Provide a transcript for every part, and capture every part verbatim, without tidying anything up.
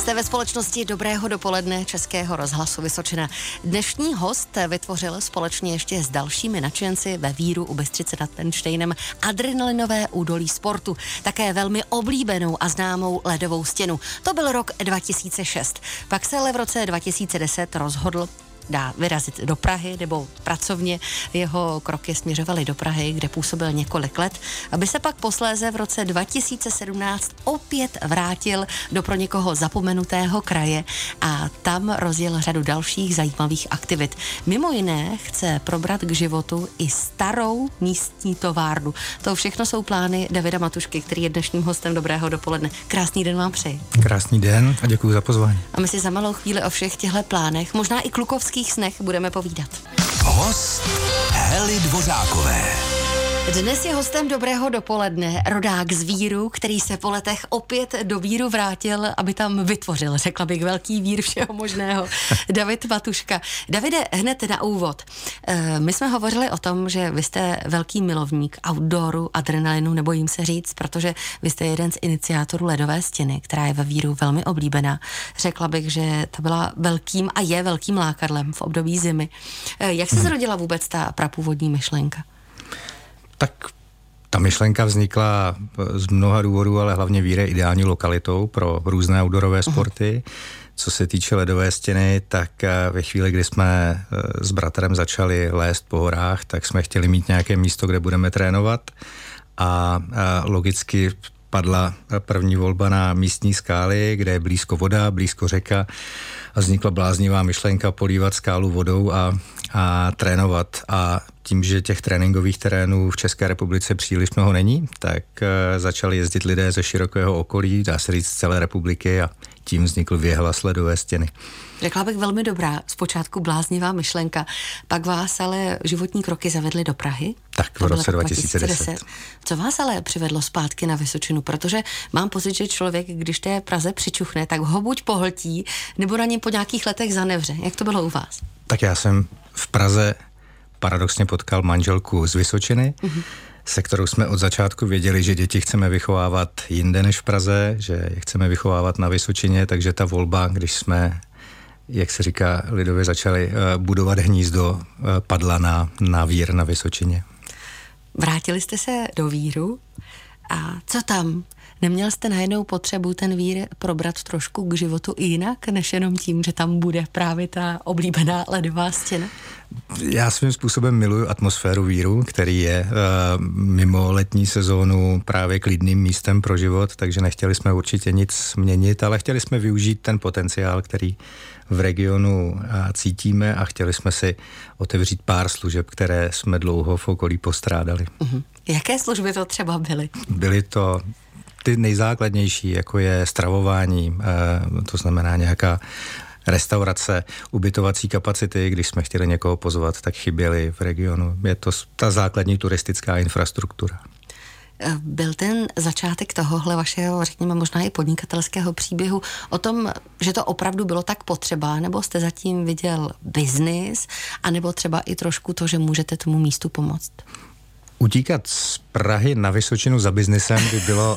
Jste ve společnosti Dobrého dopoledne Českého rozhlasu Vysočina. Dnešní host vytvořil společně ještě s dalšími nadšenci ve Víru u Bystřice nad Penštejnem adrenalinové údolí sportu, také velmi oblíbenou a známou ledovou stěnu. To byl rok dva tisíce šest. Pak se ale v roce dva tisíce deset rozhodl dá vyrazit do Prahy, nebo pracovně jeho kroky směřovaly do Prahy, kde působil několik let, aby se pak posléze v roce dva tisíce sedmnáct opět vrátil do pro někoho zapomenutého kraje a tam rozjel řadu dalších zajímavých aktivit. Mimo jiné chce probrat k životu i starou místní továrnu. To všechno jsou plány Davida Matušky, který je dnešním hostem Dobrého dopoledne. Krásný den vám přeji. Krásný den a děkuji za pozvání. A my si za malou chvíli o všech těchto plánech, možná i klukovských snech budeme povídat. Host Hely Dvořákové. Dnes je hostem Dobrého dopoledne rodák z Víru, který se po letech opět do Víru vrátil, aby tam vytvořil, řekla bych, velký vír všeho možného. David Matuška. Davide, hned na úvod. My jsme hovořili o tom, že vy jste velký milovník outdooru, adrenalinu, nebojím se říct, protože vy jste jeden z iniciátorů ledové stěny, která je ve Víru velmi oblíbená. Řekla bych, že ta byla velkým a je velkým lákadlem v období zimy. Jak se zrodila vůbec ta prapůvodní myšlenka? Tak ta myšlenka vznikla z mnoha důvodů, ale hlavně Vír je ideální lokalitou pro různé outdoorové sporty. Co se týče ledové stěny, tak ve chvíli, kdy jsme s bratrem začali lézt po horách, tak jsme chtěli mít nějaké místo, kde budeme trénovat a logicky padla první volba na místní skály, kde je blízko voda, blízko řeka a vznikla bláznivá myšlenka polívat skálu vodou a, a trénovat. A tím, že těch tréninkových terénů v České republice příliš mnoho není, tak začali jezdit lidé ze širokého okolí, dá se říct z celé republiky a tím vznikl věhlas ledové stěny. Řekla bych velmi dobrá, zpočátku bláznivá myšlenka, pak vás ale životní kroky zavedly do Prahy. Tak v roce dva tisíce deset. Co vás ale přivedlo zpátky na Vysočinu? Protože mám pocit, že člověk, když té Praze přičuchne, tak ho buď pohltí, nebo na něm po nějakých letech zanevře. Jak to bylo u vás? Tak já jsem v Praze paradoxně potkal manželku z Vysočiny, mm-hmm. se kterou jsme od začátku věděli, že děti chceme vychovávat jinde než v Praze, že je chceme vychovávat na Vysočině, takže ta volba, když jsme, jak se říká lidově, začali uh, budovat hnízdo, uh, padla na, na Vír na Vysočině. Vrátili jste se do Víru a co tam? Neměl jste najednou potřebu ten Vír probrat trošku k životu i jinak, než jenom tím, že tam bude právě ta oblíbená ledová stěna? Já svým způsobem miluju atmosféru Víru, který je uh, mimo letní sezónu právě klidným místem pro život, takže nechtěli jsme určitě nic měnit, ale chtěli jsme využít ten potenciál, který v regionu uh, cítíme a chtěli jsme si otevřít pár služeb, které jsme dlouho v okolí postrádali. Uh-huh. Jaké služby to třeba byly? Byly to ty nejzákladnější, jako je stravování, to znamená nějaká restaurace, ubytovací kapacity, když jsme chtěli někoho pozvat, tak chyběly v regionu. Je to ta základní turistická infrastruktura. Byl ten začátek tohohle vašeho, řekněme, možná i podnikatelského příběhu o tom, že to opravdu bylo tak potřeba, nebo jste zatím viděl biznis, anebo třeba i trošku to, že můžete tomu místu pomoct? Utíkat z Prahy na Vysočinu za biznesem by bylo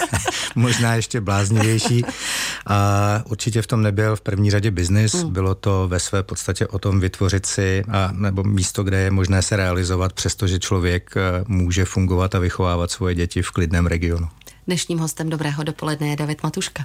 možná ještě bláznivější. A určitě v tom nebyl v první řadě biznis. Hmm. Bylo to ve své podstatě o tom vytvořit si a, nebo místo, kde je možné se realizovat, přestože člověk může fungovat a vychovávat svoje děti v klidném regionu. Dnešním hostem Dobrého dopoledne je David Matuška.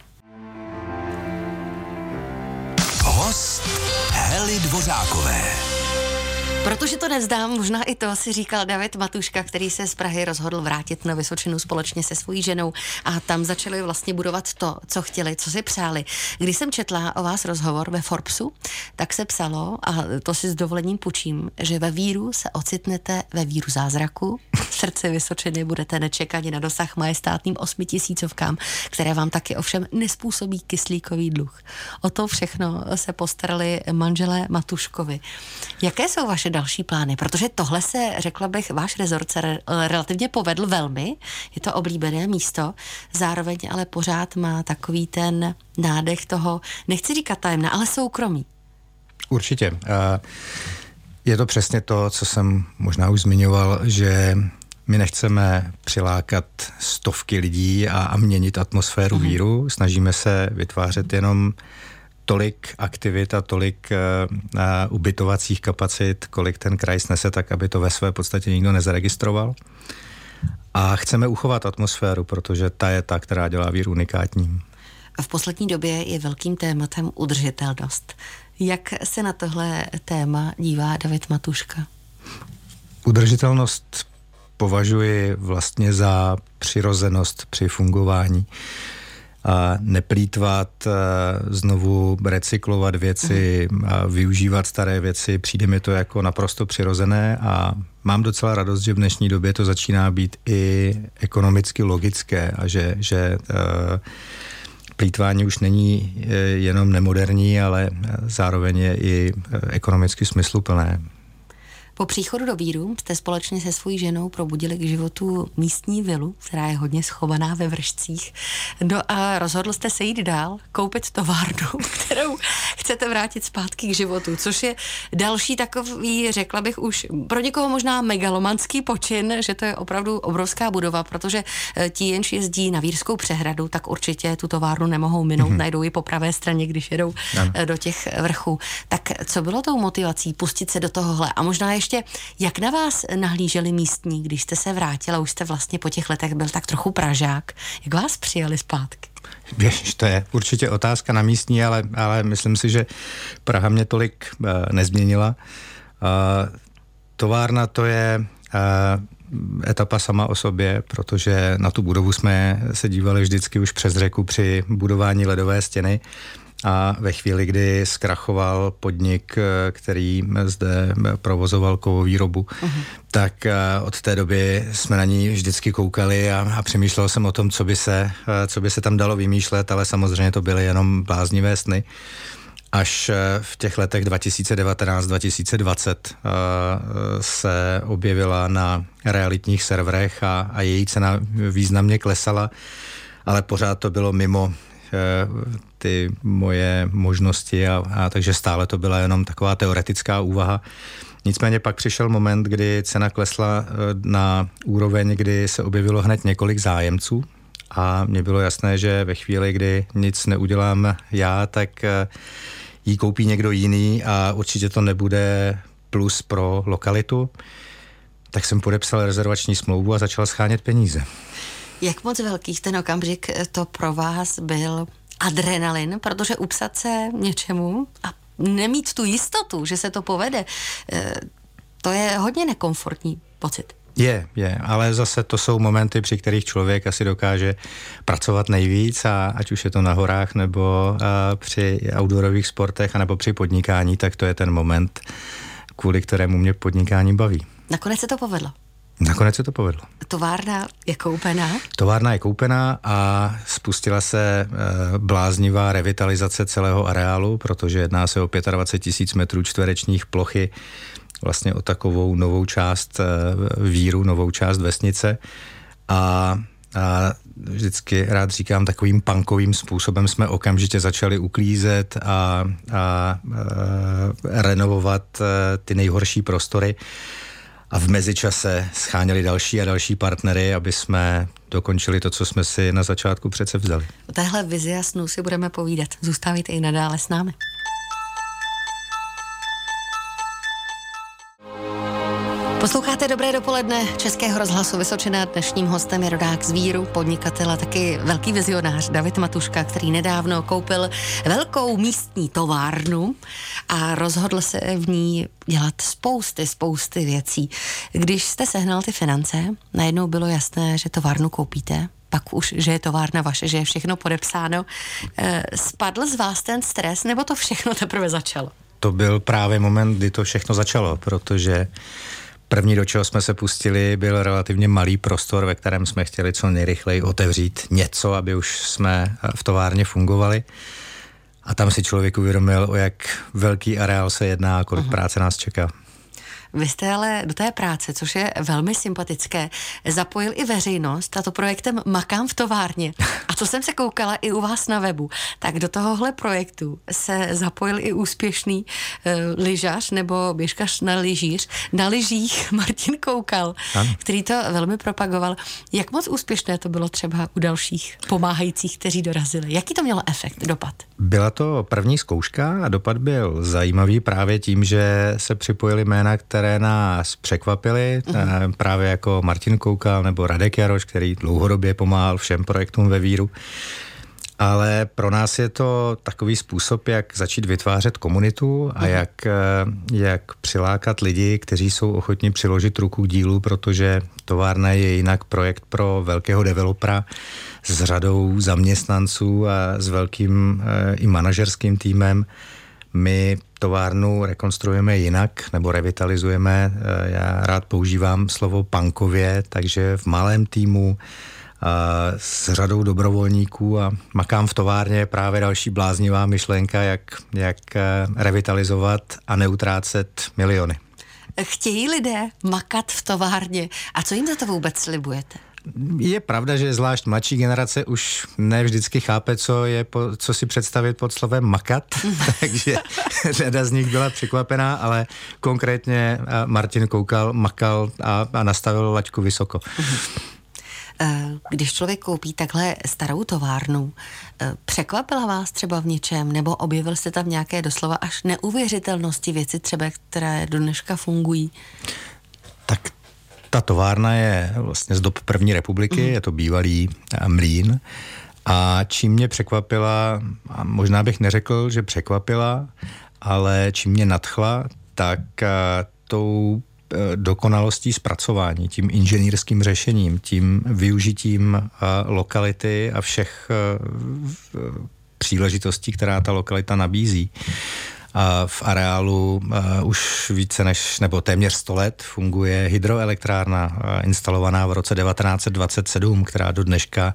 Host Hely Dvořákové. Protože to nevzdám, možná i to si říkal David Matuška, který se z Prahy rozhodl vrátit na Vysočinu společně se svojí ženou a tam začali vlastně budovat to, co chtěli, co si přáli. Když jsem četla o vás rozhovor ve Forbesu, tak se psalo, a to si s dovolením půjčím, že ve Víru se ocitnete ve Víru zázraku, v srdci Vysočiny budete nečekaně na dosah majestátným osmitisícovkám, které vám taky ovšem nespůsobí kyslíkový dluh. O to všechno se postarali manželé Matuškovi. Jaké jsou vaše další plány? Protože tohle se, řekla bych, váš rezort se re, relativně povedl velmi, je to oblíbené místo, zároveň ale pořád má takový ten nádech toho, nechci říkat tajemná, ale soukromí. Určitě. Je to přesně to, co jsem možná už zmiňoval, že My nechceme přilákat stovky lidí a, a měnit atmosféru mm. víru. Snažíme se vytvářet jenom tolik aktivit a tolik uh, uh, ubytovacích kapacit, kolik ten kraj snese, tak aby to ve své podstatě nikdo nezaregistroval. A chceme uchovat atmosféru, protože ta je ta, která dělá víru unikátní. V poslední době je velkým tématem udržitelnost. Jak se na tohle téma dívá David Matuška? Udržitelnost považuji vlastně za přirozenost při fungování. A neplýtvat, znovu recyklovat věci, a využívat staré věci, přijde mi to jako naprosto přirozené a mám docela radost, že v dnešní době to začíná být i ekonomicky logické a že, že plýtvání už není jenom nemoderní, ale zároveň je i ekonomicky smysluplné. Po příchodu do víru jste společně se svojí ženou probudili k životu místní vilu, která je hodně schovaná ve Vršcích. No a rozhodl jste se jít dál, koupit továrnu, kterou chcete vrátit zpátky k životu, což je další takový, řekla bych už, pro někoho možná megalomanský počin, že to je opravdu obrovská budova, protože ti, jenž jezdí na Vírskou přehradu, tak určitě tu továrnu nemohou minout, mm-hmm. najdou ji po pravé straně, když jedou ano. do těch vrchů. Tak co bylo tou motivací pustit se do tohohle? A možná ještě Ještě, jak na vás nahlíželi místní, když jste se vrátila, už jste vlastně po těch letech byl tak trochu Pražák, jak vás přijali zpátky? Víš, to je určitě otázka na místní, ale, ale myslím si, že Praha mě tolik uh, nezměnila. Uh, továrna to je uh, etapa sama o sobě, protože na tu budovu jsme se dívali vždycky už přes řeku při budování ledové stěny. A ve chvíli, kdy zkrachoval podnik, který zde provozoval kovovýrobu, uh-huh. tak od té doby jsme na ní vždycky koukali a, a přemýšlel jsem o tom, co by se, co by se tam dalo vymýšlet, ale samozřejmě to byly jenom bláznivé sny. Až v těch letech dva tisíce devatenáct dva tisíce dvacet se objevila na realitních serverech a, a její cena významně klesala, ale pořád to bylo mimo ty moje možnosti a, a takže stále to byla jenom taková teoretická úvaha. Nicméně pak přišel moment, kdy cena klesla na úroveň, kdy se objevilo hned několik zájemců a mně bylo jasné, že ve chvíli, kdy nic neudělám já, tak ji koupí někdo jiný a určitě to nebude plus pro lokalitu. Tak jsem podepsal rezervační smlouvu a začal schánět peníze. Jak moc velký v ten okamžik to pro vás byl adrenalin, protože upsat se něčemu a nemít tu jistotu, že se to povede, to je hodně nekomfortní pocit. Je, je, ale zase to jsou momenty, při kterých člověk asi dokáže pracovat nejvíc a ať už je to na horách nebo při outdoorových sportech a nebo při podnikání, tak to je ten moment, kvůli kterému mě podnikání baví. Nakonec se to povedlo. Nakonec se to povedlo. Továrna je koupená? Továrna je koupená a spustila se e, bláznivá revitalizace celého areálu, protože jedná se o dvacet pět tisíc metrů čtverečních plochy, vlastně o takovou novou část e, víru, novou část vesnice a, a vždycky rád říkám, takovým punkovým způsobem jsme okamžitě začali uklízet a, a, a renovovat e, ty nejhorší prostory. A v mezičase scháněli další a další partnery, aby jsme dokončili to, co jsme si na začátku přece vzali. O téhle vizi a snu si budeme povídat. Zůstávejte i nadále s námi. Posloucháte Dobré dopoledne Českého rozhlasu Vysočina. Dnešním hostem je rodák z Víru, podnikatel a taky velký vizionář David Matuška, který nedávno koupil velkou místní továrnu a rozhodl se v ní dělat spousty, spousty věcí. Když jste sehnal ty finance, najednou bylo jasné, že továrnu koupíte, pak už, že je továrna vaše, že je všechno podepsáno. E, spadl z vás ten stres, nebo to všechno teprve začalo? To byl právě moment, kdy to všechno začalo, protože první, do čeho jsme se pustili, byl relativně malý prostor, ve kterém jsme chtěli co nejrychleji otevřít něco, aby už jsme v továrně fungovali. A tam si člověk uvědomil, o jak velký areál se jedná a kolik uh-huh. práce nás čeká. Vy jste ale do té práce, což je velmi sympatické, zapojil i veřejnost, a to projektem Makám v továrně. A co jsem se koukala i u vás na webu, tak do tohohle projektu se zapojil i úspěšný uh, lyžař nebo běžkař na lyžíř, na lyžích Martin Koukal, ano. který to velmi propagoval. Jak moc úspěšné to bylo třeba u dalších pomáhajících, kteří dorazili? Jaký to mělo efekt, dopad? Byla to první zkouška a dopad byl zajímavý právě tím, že se připojili jména, které nás překvapily, uh-huh. právě jako Martin Koukal nebo Radek Jaroš, který dlouhodobě pomáhal všem projektům ve víru. Ale pro nás je to takový způsob, jak začít vytvářet komunitu a uh-huh. jak, jak přilákat lidi, kteří jsou ochotní přiložit ruku k dílu, protože továrna je jinak projekt pro velkého developera s řadou zaměstnanců a s velkým i manažerským týmem. My továrnu rekonstruujeme jinak nebo revitalizujeme. Já rád používám slovo punkově, takže v malém týmu s řadou dobrovolníků a Makám v továrně je právě další bláznivá myšlenka, jak, jak revitalizovat a neutrácet miliony. Chtějí lidé makat v továrně a co jim za to vůbec slibujete? Je pravda, že zvlášť mladší generace už ne vždycky chápe, co, je po, co si představit pod slovem makat, takže řada z nich byla překvapená, ale konkrétně Martin Koukal, makal a, a nastavil laťku vysoko. Když člověk koupí takhle starou továrnu, překvapila vás třeba v něčem, nebo objevil jste tam nějaké doslova až neuvěřitelnosti věci třeba, které do dneška fungují? Tak ta továrna je vlastně z dob první republiky, mm. je to bývalý mlýn a čím mě překvapila, a možná bych neřekl, že překvapila, ale čím mě nadchla, tak tou dokonalostí zpracování, tím inženýrským řešením, tím využitím lokality a všech příležitostí, která ta lokalita nabízí. A v areálu už více než, nebo téměř sto let funguje hydroelektrárna instalovaná v roce devatenáct set dvacet sedm, která do dneška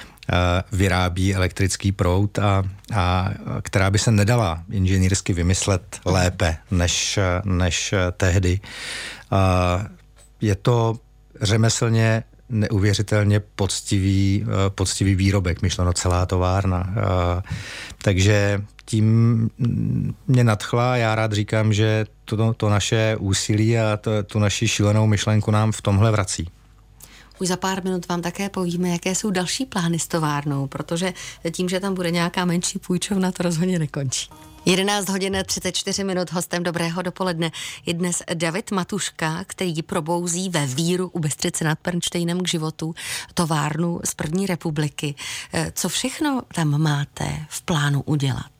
vyrábí elektrický proud a, a která by se nedala inženýrsky vymyslet lépe než, než tehdy. A je to řemeslně neuvěřitelně poctivý, poctivý výrobek, myšleno celá továrna. A, takže tím mě nadchla, já rád říkám, že to, to naše úsilí a to, tu naši šílenou myšlenku nám v tomhle vrací. Už za pár minut vám také povíme, jaké jsou další plány s továrnou, protože tím, že tam bude nějaká menší půjčovna, to rozhodně nekončí. jedenáct hodin třicet čtyři minut, hostem Dobrého dopoledne je dnes David Matuška, který probouzí ve Víru u Bystřice nad Pernštejnem k životu továrnu z první republiky. Co všechno tam máte v plánu udělat?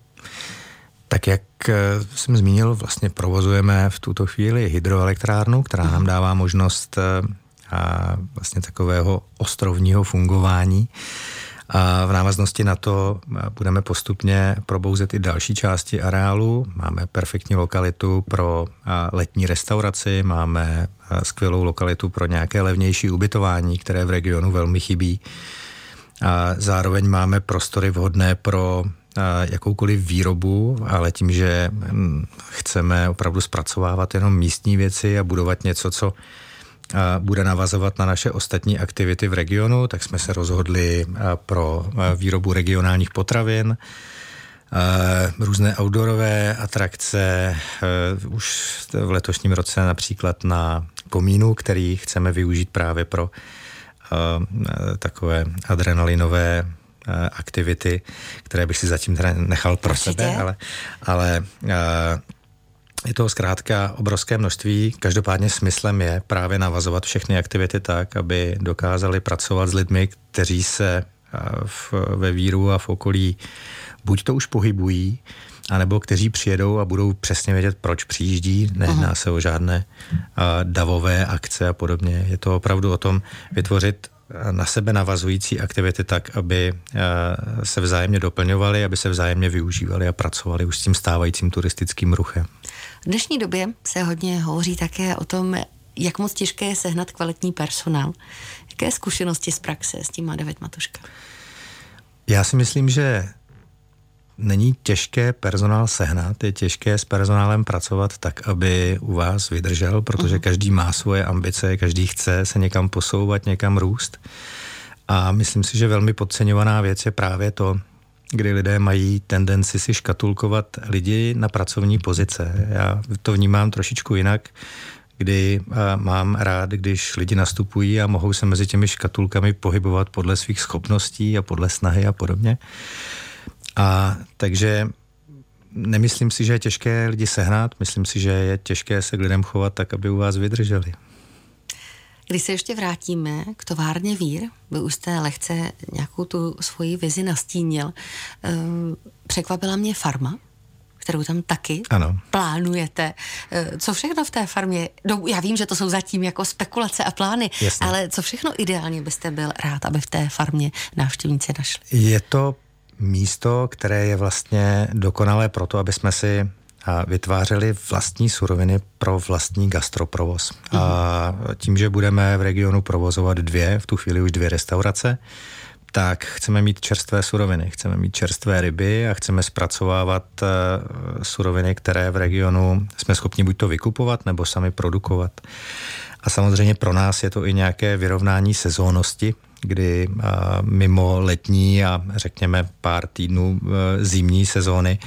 Tak jak jsem zmínil, vlastně provozujeme v tuto chvíli hydroelektrárnu, která nám dává možnost a vlastně takového ostrovního fungování. A v návaznosti na to budeme postupně probouzet i další části areálu. Máme perfektní lokalitu pro letní restauraci, máme skvělou lokalitu pro nějaké levnější ubytování, které v regionu velmi chybí. A zároveň máme prostory vhodné pro jakoukoliv výrobu, ale tím, že chceme opravdu zpracovávat jenom místní věci a budovat něco, co bude navazovat na naše ostatní aktivity v regionu, tak jsme se rozhodli pro výrobu regionálních potravin, různé outdoorové atrakce, už v letošním roce například na komínu, který chceme využít právě pro takové adrenalinové aktivity, které bych si zatím teda nechal pro Určitě. sebe, ale, ale je toho zkrátka obrovské množství. Každopádně smyslem je právě navazovat všechny aktivity tak, aby dokázali pracovat s lidmi, kteří se v, ve Víru a v okolí buď to už pohybují, anebo kteří přijedou a budou přesně vědět, proč přijíždí. Nejedná se o žádné davové akce a podobně. Je to opravdu o tom vytvořit na sebe navazující aktivity tak, aby se vzájemně doplňovaly, aby se vzájemně využívaly a pracovaly už s tím stávajícím turistickým ruchem. V dnešní době se hodně hovoří také o tom, jak moc těžké je sehnat kvalitní personál. Jaké zkušenosti z praxe s tím má David Matuška? Já si myslím, že není těžké personál sehnat, je těžké s personálem pracovat tak, aby u vás vydržel, protože uh-huh. každý má svoje ambice, každý chce se někam posouvat, někam růst. A myslím si, že velmi podceňovaná věc je právě to, kdy lidé mají tendenci si škatulkovat lidi na pracovní pozice. Já to vnímám trošičku jinak, kdy mám rád, když lidi nastupují a mohou se mezi těmi škatulkami pohybovat podle svých schopností a podle snahy a podobně. A takže nemyslím si, že je těžké lidi sehnat, myslím si, že je těžké se k lidem chovat tak, aby u vás vydrželi. Když se ještě vrátíme k továrně Vír, vy už jste lehce nějakou tu svoji vizi nastínil, překvapila mě farma, kterou tam taky ano. plánujete. Co všechno v té farmě, já vím, že to jsou zatím jako spekulace a plány, Jasně. ale co všechno ideálně byste byl rád, aby v té farmě návštěvníci našli? Je to místo, které je vlastně dokonalé proto, aby jsme si vytvářeli vlastní suroviny pro vlastní gastroprovoz. Mhm. A tím, že budeme v regionu provozovat dvě, v tu chvíli už dvě restaurace, tak chceme mít čerstvé suroviny, chceme mít čerstvé ryby a chceme zpracovávat uh, suroviny, které v regionu jsme schopni buď to vykupovat, nebo sami produkovat. A samozřejmě pro nás je to i nějaké vyrovnání sezónnosti, kdy uh, mimo letní a řekněme pár týdnů uh, zimní sezóny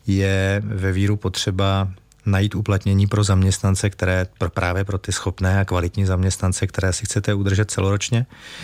je ve Víru potřeba najít uplatnění pro zaměstnance, které pro, právě pro ty schopné a kvalitní zaměstnance, které si chcete udržet celoročně.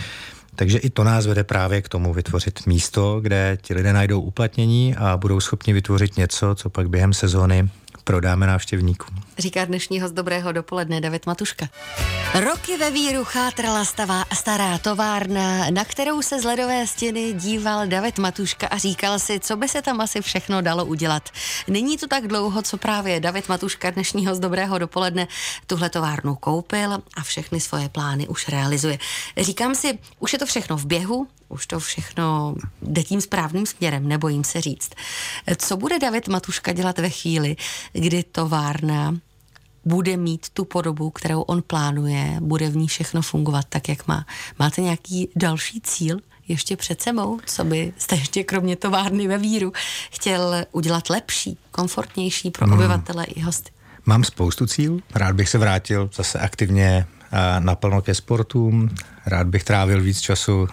Takže i to nás vede právě k tomu vytvořit místo, kde ti lidé najdou uplatnění a budou schopni vytvořit něco, co pak během sezóny prodáme návštěvníkům. Říká dnešní host Dobrého dopoledne David Matuška. Roky ve Víru chátrala stavá, stará továrna, na kterou se z ledové stěny díval David Matuška a říkal si, co by se tam asi všechno dalo udělat. Není to tak dlouho, co právě David Matuška, dnešní host Dobrého dopoledne, tuhle továrnu koupil a všechny svoje plány už realizuje. Říkám si, už je to všechno v běhu, už to všechno jde tím správným směrem, nebojím se říct. Co bude David Matuška dělat ve chvíli, kdy továrna bude mít tu podobu, kterou on plánuje, bude v ní všechno fungovat tak, jak má? Máte nějaký další cíl ještě před sebou, co byste ještě kromě továrny ve Víru chtěl udělat lepší, komfortnější pro obyvatele hmm. i hosty? Mám spoustu cílů. Rád bych se vrátil zase aktivně naplno ke sportům. Rád bych trávil víc času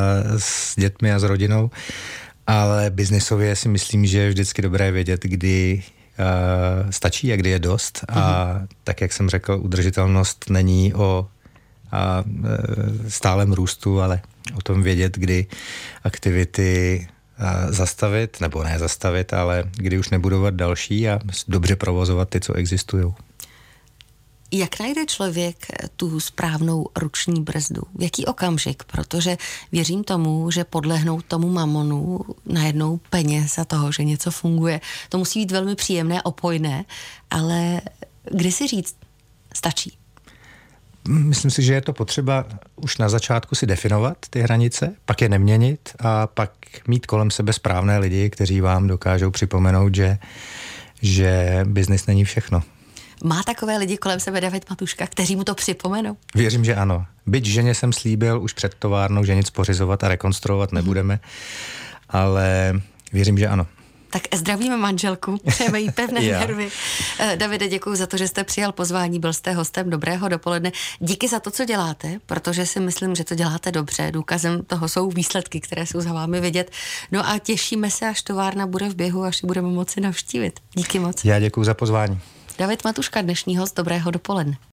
s dětmi a s rodinou, ale biznisově si myslím, že je vždycky dobré vědět, kdy Uh, stačí a kdy je dost. Uh-huh. A tak, jak jsem řekl, udržitelnost není o a, e, stálem růstu, ale o tom vědět, kdy aktivity a, zastavit, nebo ne zastavit, ale kdy už nebudovat další a dobře provozovat ty, co existují. Jak najde člověk tu správnou ruční brzdu? V jaký okamžik? Protože věřím tomu, že podlehnout tomu mamonu najednou peněz a toho, že něco funguje, to musí být velmi příjemné, opojné, ale kdy si říct, stačí? Myslím si, že je to potřeba už na začátku si definovat ty hranice, pak je neměnit a pak mít kolem sebe správné lidi, kteří vám dokážou připomenout, že, že biznis není všechno. Má takové lidi kolem sebe David Matuška, kteří mu to připomenou? Věřím, že ano. Byť ženě jsem slíbil už před továrnou, že nic pořizovat a rekonstruovat nebudeme, mm. ale věřím, že ano. Tak zdravíme manželku, přejeme jí pevné nervy. Davide, děkuji za to, že jste přijal pozvání, byl jste hostem Dobrého dopoledne. Díky za to, co děláte, protože si myslím, že to děláte dobře. Důkazem toho jsou výsledky, které jsou za vámi vidět. No a těšíme se, až továrna bude v běhu, až ji budeme moci navštívit. Díky moc. Já děkuji za pozvání. David Matuška, dnešní host Dobrého dopoledne.